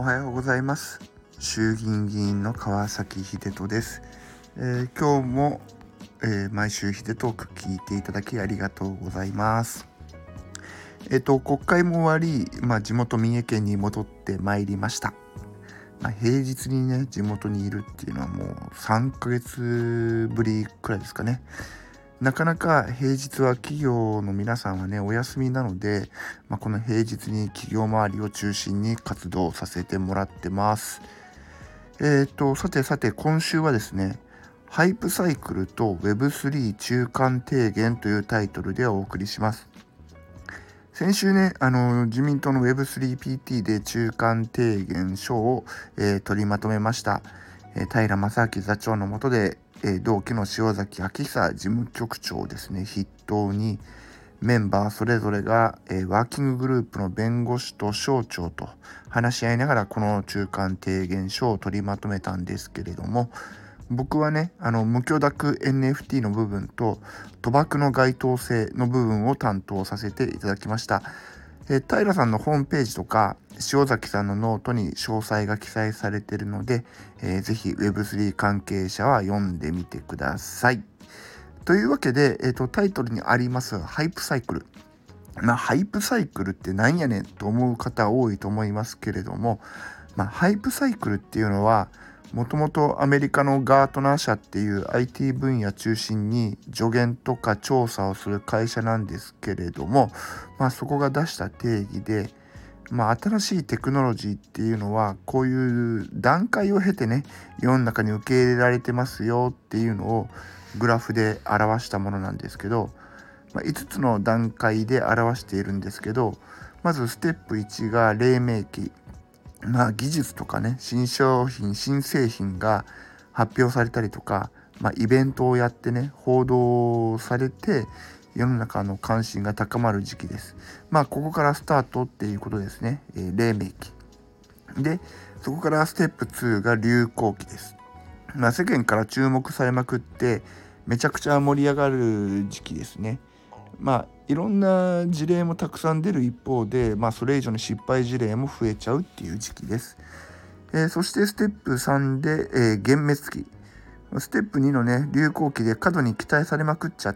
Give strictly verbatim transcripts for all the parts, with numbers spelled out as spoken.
はようございます。衆議院議員の川崎秀人です。えー、今日も、えー、毎週秀トーク聞いていただきありがとうございます。えっ、と国会も終わり、まあ、地元三重県に戻ってまいりました。まあ、平日にね地元にいるっていうのはもうさんかげつぶりくらいですかね。なかなか平日は企業の皆さんはねお休みなので、まあ、この平日に企業周りを中心に活動させてもらってます。えーとさてさて今週はですね、ハイプサイクルと ウェブスリー 中間提言というタイトルでお送りします。先週ね、あの自民党の ウェブスリーピーティー で中間提言書を、えー、取りまとめました。えー、平正明座長の下で、えー、同期の塩崎昭久事務局長ですね筆頭にメンバーそれぞれが、えー、ワーキンググループの弁護士と省庁と話し合いながらこの中間提言書を取りまとめたんですけれども、僕はねあの無許諾 エヌエフティー の部分と賭博の該当性の部分を担当させていただきました。えー、平さんのホームページとか塩崎さんのノートに詳細が記載されているので、えー、ぜひ ウェブスリー 関係者は読んでみてください。というわけで、えーと、タイトルにありますハイプサイクル、まあ、ハイプサイクルってなんやねんと思う方多いと思いますけれども、まあ、ハイプサイクルっていうのはもともとアメリカのガートナー社っていう アイティー 分野中心に助言とか調査をする会社なんですけれども、まあ、そこが出した定義で、まあ、新しいテクノロジーっていうのはこういう段階を経てね世の中に受け入れられてますよっていうのをグラフで表したものなんですけど、まあ、いつつの段階で表しているんですけど、まずステップいちが黎明期、まあ、技術とかね新商品新製品が発表されたりとか、まあ、イベントをやってね報道されて世の中の関心が高まる時期です。まあここからスタートっていうことですね、えー、黎明期で、そこからステップにが流行期です。まあ、世間から注目されまくってめちゃくちゃ盛り上がる時期ですね。まあいろんな事例もたくさん出る一方で、まあ、それ以上に失敗事例も増えちゃうっていう時期です。えー、そしてステップさんで、えー、幻滅期、ステップにのね流行期で過度に期待されまくっちゃって、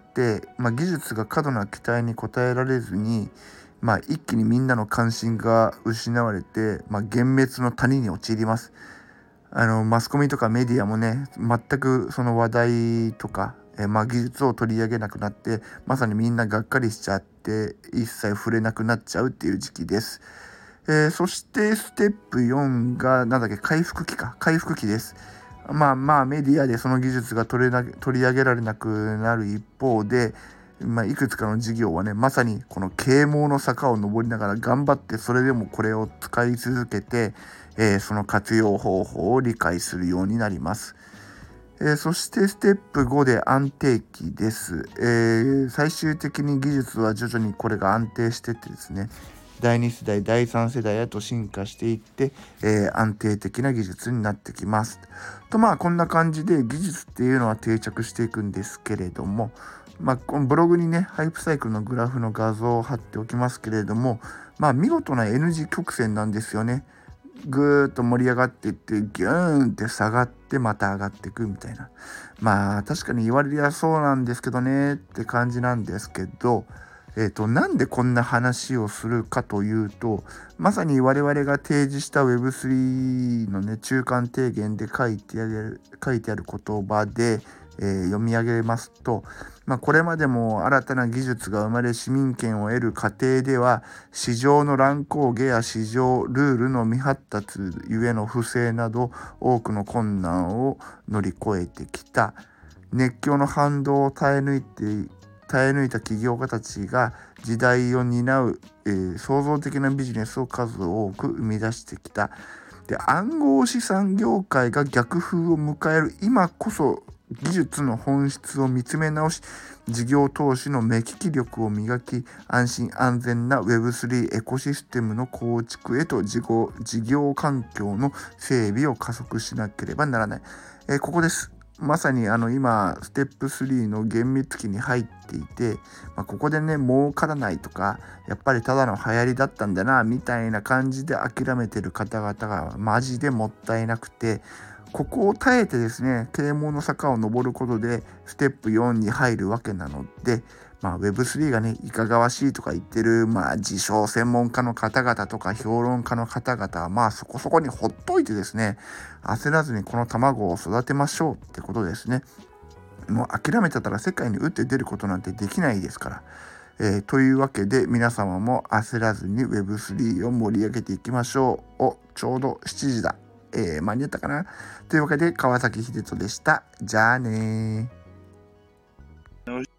まあ、技術が過度な期待に応えられずに、まあ、一気にみんなの関心が失われて、まあ、幻滅の谷に陥ります。あのマスコミとかメディアもね全くその話題とか、えーまあ、技術を取り上げなくなってまさにみんながっかりしちゃって一切触れなくなっちゃうっていう時期です。えー、そしてステップよんがなんだっけ回復期か回復期です。まあまあメディアでその技術が取れな取り上げられなくなる一方で、まあ、いくつかの事業はねまさにこの啓蒙の坂を登りながら頑張ってそれでもこれを使い続けて、えー、その活用方法を理解するようになります。えー、そしてステップごで安定期です。えー、最終的に技術は徐々にこれが安定してってですねだいに世代だいさん世代へと進化していって、えー、安定的な技術になってきますと、まあこんな感じで技術っていうのは定着していくんですけれども、まあこのブログにねハイプサイクルのグラフの画像を貼っておきますけれども、まあ見事な N 字曲線なんですよね。ぐーっと盛り上がっていってギューンって下がってまた上がっていくみたいな、まあ確かに言われりゃそうなんですけどねって感じなんですけど、えーと、なんでこんな話をするかというと、まさに我々が提示した ウェブスリー のね中間提言で書いてある書いてある言葉で、えー、読み上げますと、まあ、これまでも新たな技術が生まれ市民権を得る過程では市場の乱高下や市場ルールの未発達ゆえの不正など多くの困難を乗り越えてきた。熱狂の反動を耐え抜いて耐え抜いた企業家たちが時代を担う、えー、創造的なビジネスを数多く生み出してきた。で、暗号資産業界が逆風を迎える今こそ技術の本質を見つめ直し、事業投資の目利き力を磨き、安心安全な ウェブスリー エコシステムの構築へと事業、事業環境の整備を加速しなければならない。えー、ここです。 まさにあの今ステップスリーの厳密期に入っていて、まあ、ここでね儲からないとかやっぱりただの流行りだったんだなみたいな感じで諦めてる方々がマジでもったいなくて、ここを耐えてですね啓蒙の坂を登ることでステップよんに入るわけなので、まあ、ウェブスリー がねいかがわしいとか言ってる、まあ、自称専門家の方々とか評論家の方々はまあそこそこにほっといてですね、焦らずにこの卵を育てましょうってことですね。もう諦めてたら世界に打って出ることなんてできないですから。えー、というわけで皆様も焦らずに ウェブスリー を盛り上げていきましょう。お、ちょうどしちじだ。えー、間に合ったかな。というわけで川崎秀人でした。じゃあねー。